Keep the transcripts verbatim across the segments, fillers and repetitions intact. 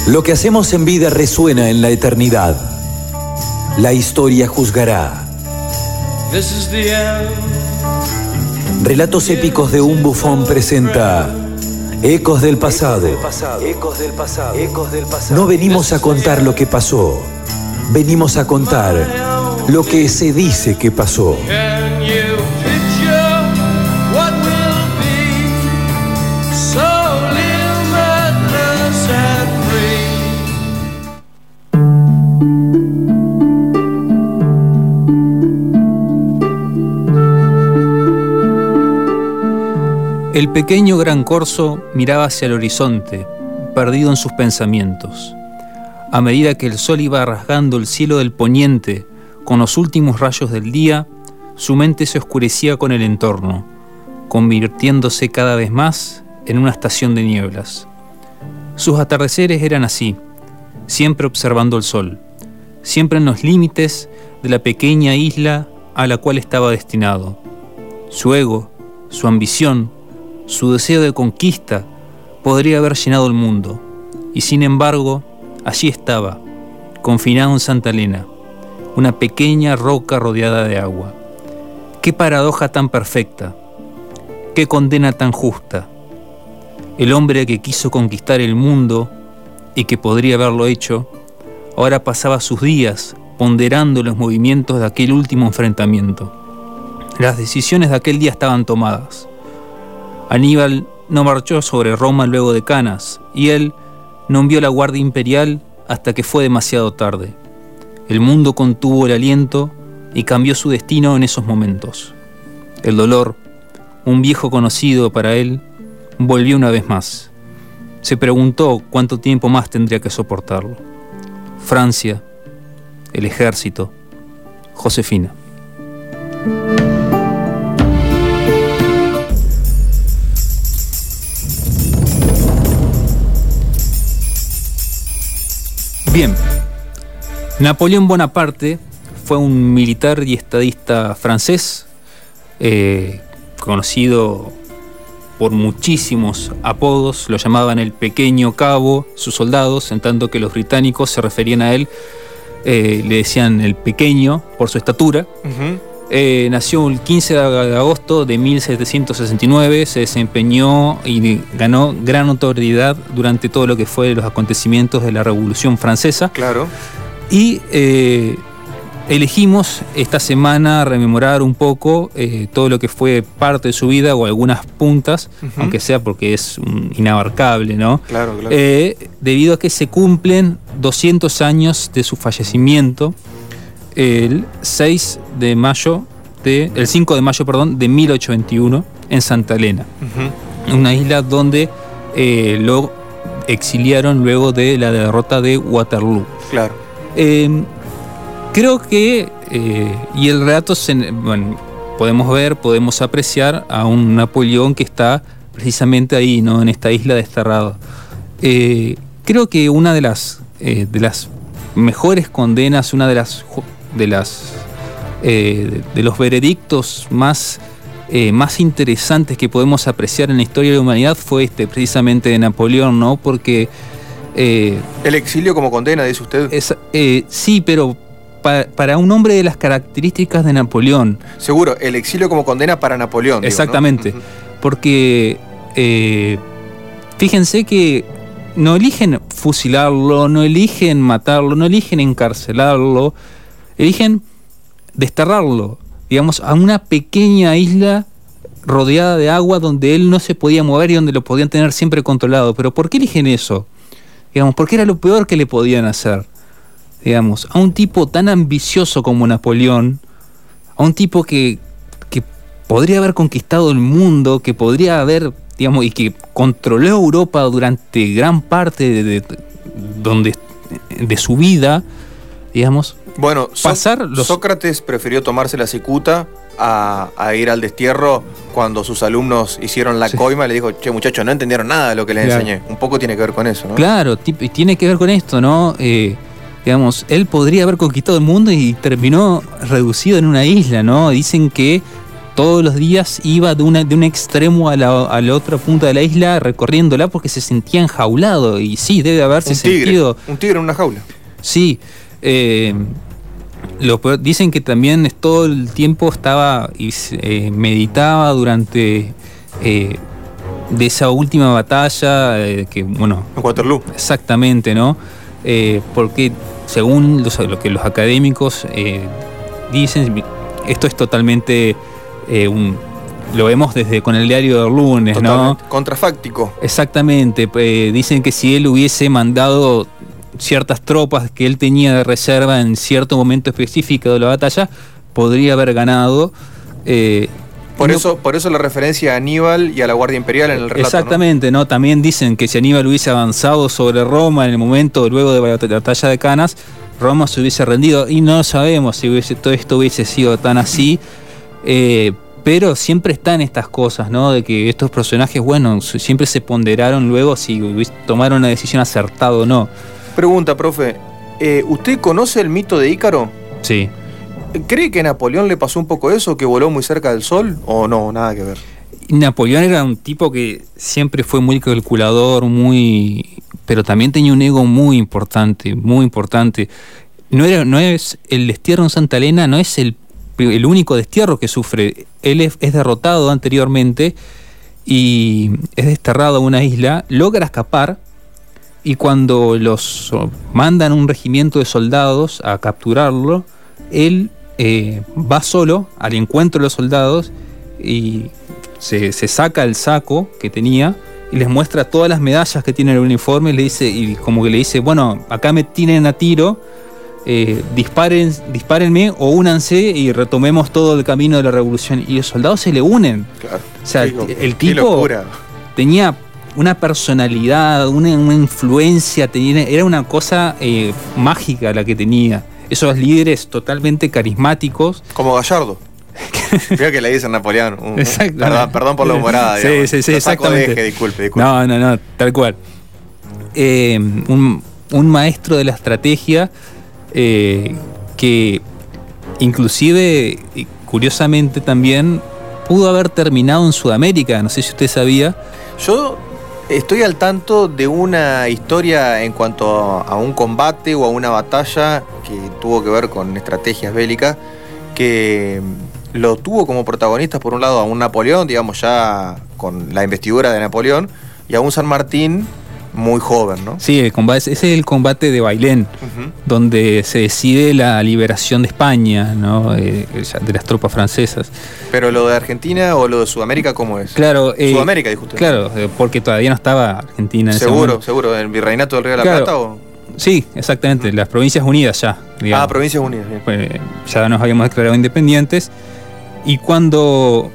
Lo que hacemos en vida resuena en la eternidad. La historia juzgará. Relatos épicos de un bufón presenta Ecos del pasado. No venimos a contar lo que pasó, venimos a contar lo que se dice que pasó. El pequeño Gran Corso miraba hacia el horizonte, perdido en sus pensamientos. A medida que el sol iba rasgando el cielo del poniente con los últimos rayos del día, su mente se oscurecía con el entorno, convirtiéndose cada vez más en una estación de nieblas. Sus atardeceres eran así, siempre observando el sol, siempre en los límites de la pequeña isla a la cual estaba destinado. Su ego, su ambición, su deseo de conquista podría haber llenado el mundo, y sin embargo, allí estaba, confinado en Santa Elena, una pequeña roca rodeada de agua. ¡Qué paradoja tan perfecta! ¡Qué condena tan justa! El hombre que quiso conquistar el mundo, y que podría haberlo hecho, ahora pasaba sus días ponderando los movimientos de aquel último enfrentamiento. Las decisiones de aquel día estaban tomadas. Aníbal no marchó sobre Roma luego de Canas, y él no envió la guardia imperial hasta que fue demasiado tarde. El mundo contuvo el aliento y cambió su destino en esos momentos. El dolor, un viejo conocido para él, volvió una vez más. Se preguntó cuánto tiempo más tendría que soportarlo. Francia, el ejército, Josefina. Bien, Napoleón Bonaparte fue un militar y estadista francés, eh, conocido por muchísimos apodos. Lo llamaban el Pequeño Cabo sus soldados, en tanto que los británicos se referían a él, eh, le decían el Pequeño por su estatura. Uh-huh. Eh, nació el quince de agosto de mil setecientos sesenta y nueve, se desempeñó y ganó gran notoriedad durante todo lo que fue los acontecimientos de la Revolución Francesa. Claro. Y eh, elegimos esta semana rememorar un poco eh, todo lo que fue parte de su vida o algunas puntas, uh-huh. aunque sea porque es un inabarcable, ¿no? Claro, claro. Eh, debido a que se cumplen doscientos años de su fallecimiento, el seis de mayo de, el cinco de mayo, perdón, de mil ochocientos veintiuno en Santa Elena, uh-huh. una isla donde eh, lo exiliaron luego de la derrota de Waterloo. Claro. Eh, creo que eh, y el relato se, bueno, podemos ver, podemos apreciar a un Napoleón que está precisamente ahí, ¿no? En esta isla desterrada. Eh, creo que una de las eh, de las mejores condenas, una de las de las eh, de, de los veredictos más eh, más interesantes que podemos apreciar en la historia de la humanidad fue este precisamente de Napoleón, ¿no? Porque eh, el exilio como condena, dice usted. Es, eh, sí, pero pa, para un hombre de las características de Napoleón. Seguro, el exilio como condena para Napoleón. Digo, exactamente, ¿no? Uh-huh. Porque eh, fíjense que no eligen fusilarlo, no eligen matarlo, no eligen encarcelarlo, eligen desterrarlo, digamos, a una pequeña isla rodeada de agua donde él no se podía mover y donde lo podían tener siempre controlado. ¿Pero por qué eligen eso? Digamos, porque era lo peor que le podían hacer. Digamos, a un tipo tan ambicioso como Napoleón, a un tipo que, que podría haber conquistado el mundo, que podría haber, digamos, y que controló Europa durante gran parte de, de, de, donde, de su vida, digamos. Bueno, pasar so- los... Sócrates prefirió tomarse la cicuta a, a ir al destierro cuando sus alumnos hicieron la sí. coima. Le dijo, che, muchachos, no entendieron nada de lo que les claro. enseñé. Un poco tiene que ver con eso, ¿no? Claro, t- tiene que ver con esto, ¿no? Eh, digamos, él podría haber conquistado el mundo y terminó reducido en una isla, ¿no? Dicen que todos los días iba de, una, de un extremo a la, a la otra punta de la isla recorriéndola porque se sentía enjaulado. Y sí, debe haberse un tigre, sentido. Un tigre en una jaula. Sí. Eh, lo peor, dicen que también es, todo el tiempo estaba y eh, meditaba durante eh, de esa última batalla eh, que, bueno... En Waterloo. Exactamente, ¿no? Eh, porque según los, lo que los académicos eh, dicen, esto es totalmente... Eh, un, lo vemos desde con el diario del lunes, totalmente, ¿no? Contrafáctico. Exactamente. Eh, dicen que si él hubiese mandado ciertas tropas que él tenía de reserva en cierto momento específico de la batalla, podría haber ganado. Eh, por, no, eso, por eso la referencia a Aníbal y a la Guardia Imperial en el relato. Exactamente, ¿no? ¿no? También dicen que si Aníbal hubiese avanzado sobre Roma en el momento luego de la batalla de Canas, Roma se hubiese rendido. Y no sabemos si hubiese, todo esto hubiese sido tan así. Eh, pero siempre están estas cosas, ¿no? De que estos personajes, bueno, siempre se ponderaron luego si tomaron una decisión acertada o no. Pregunta, profe, eh, ¿usted conoce el mito de Ícaro? Sí. ¿Cree que a Napoleón le pasó un poco eso, que voló muy cerca del sol? ¿O no? Nada que ver. Napoleón era un tipo que siempre fue muy calculador, muy... pero también tenía un ego muy importante, muy importante. No, era, no es el destierro en Santa Elena, no es el, el único destierro que sufre. Él es, es derrotado anteriormente y es desterrado a una isla, logra escapar. Y cuando los mandan un regimiento de soldados a capturarlo, él eh, va solo al encuentro de los soldados y se, se saca el saco que tenía y les muestra todas las medallas que tiene el uniforme y le dice, y como que le dice, bueno, acá me tienen a tiro, eh, disparen, dispárenme o únanse y retomemos todo el camino de la revolución. Y los soldados se le unen. Claro. O sea, Digo, el, el tipo tenía una personalidad, una, una influencia, tenía, era una cosa eh, mágica la que tenía. Esos líderes totalmente carismáticos. Como Gallardo. Creo que le dicen Napoleón. Un, perdón, perdón por la humorada. Sí, digamos. sí, sí, Lo exactamente. Deje, disculpe, disculpe. No, no, no, tal cual. Eh, un, un maestro de la estrategia eh, que inclusive, curiosamente también, pudo haber terminado en Sudamérica. No sé si usted sabía. Yo estoy al tanto de una historia en cuanto a un combate o a una batalla que tuvo que ver con estrategias bélicas, que lo tuvo como protagonistas por un lado a un Napoleón, digamos ya con la investidura de Napoleón, y a un San Martín muy joven, ¿no? Sí, el combate, ese es el combate de Bailén, uh-huh. donde se decide la liberación de España, ¿no? Eh, de las tropas francesas. ¿Pero lo de Argentina o lo de Sudamérica cómo es? Claro, eh, Sudamérica, dijo usted. Claro, porque todavía no estaba Argentina en seguro, ese momento. Seguro, ¿el Virreinato del Río de la claro. Plata o...? Sí, exactamente, uh-huh. las Provincias Unidas ya. Digamos. Ah, Provincias Unidas. Bien. Pues, ya nos habíamos declarado independientes. Y cuando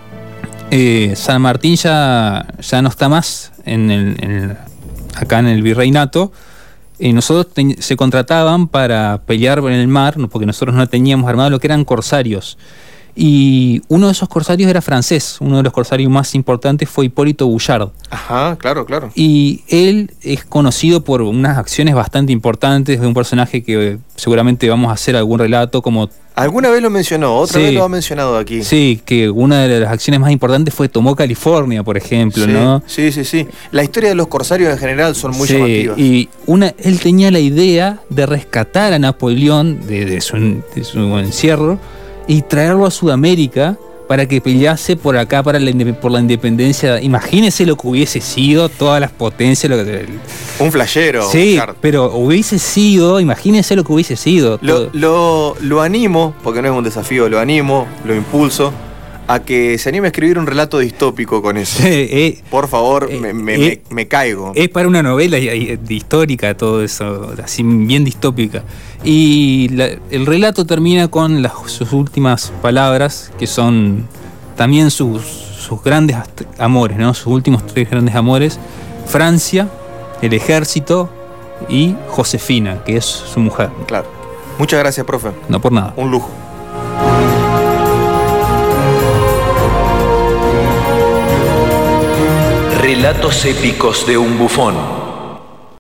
eh, San Martín ya, ya no está más en el, en el, acá en el Virreinato, eh, nosotros te, se contrataban para pelear en el mar, porque nosotros no teníamos armado lo que eran corsarios. Y uno de esos corsarios era francés, uno de los corsarios más importantes fue Hipólito Bouchard. Ajá, claro, claro. Y él es conocido por unas acciones bastante importantes de un personaje que seguramente vamos a hacer algún relato como... Alguna vez lo mencionó, otra sí, vez lo ha mencionado aquí. Sí, que una de las acciones más importantes fue tomó California, por ejemplo, sí, ¿no? Sí, sí, sí. La historia de los corsarios en general son muy sí, llamativas. Y una, él tenía la idea de rescatar a Napoleón de, de, su, de su encierro y traerlo a Sudamérica para que pelease por acá para la, por la independencia. Imagínese lo que hubiese sido, todas las potencias. Lo que, un flashero. Sí, Richard. Pero hubiese sido, imagínese lo que hubiese sido. Lo, lo, lo animo, porque no es un desafío, lo animo, lo impulso, a que se anime a escribir un relato distópico con eso. Eh, Por favor, eh, me, me, eh, me, me caigo. Es para una novela histórica todo eso, así bien distópica. Y la, el relato termina con las, sus últimas palabras, que son también sus, sus grandes amores, ¿no? Sus últimos tres grandes amores: Francia, el ejército y Josefina, que es su mujer. Claro. Muchas gracias, profe. No por nada. Un lujo. Relatos épicos de un bufón.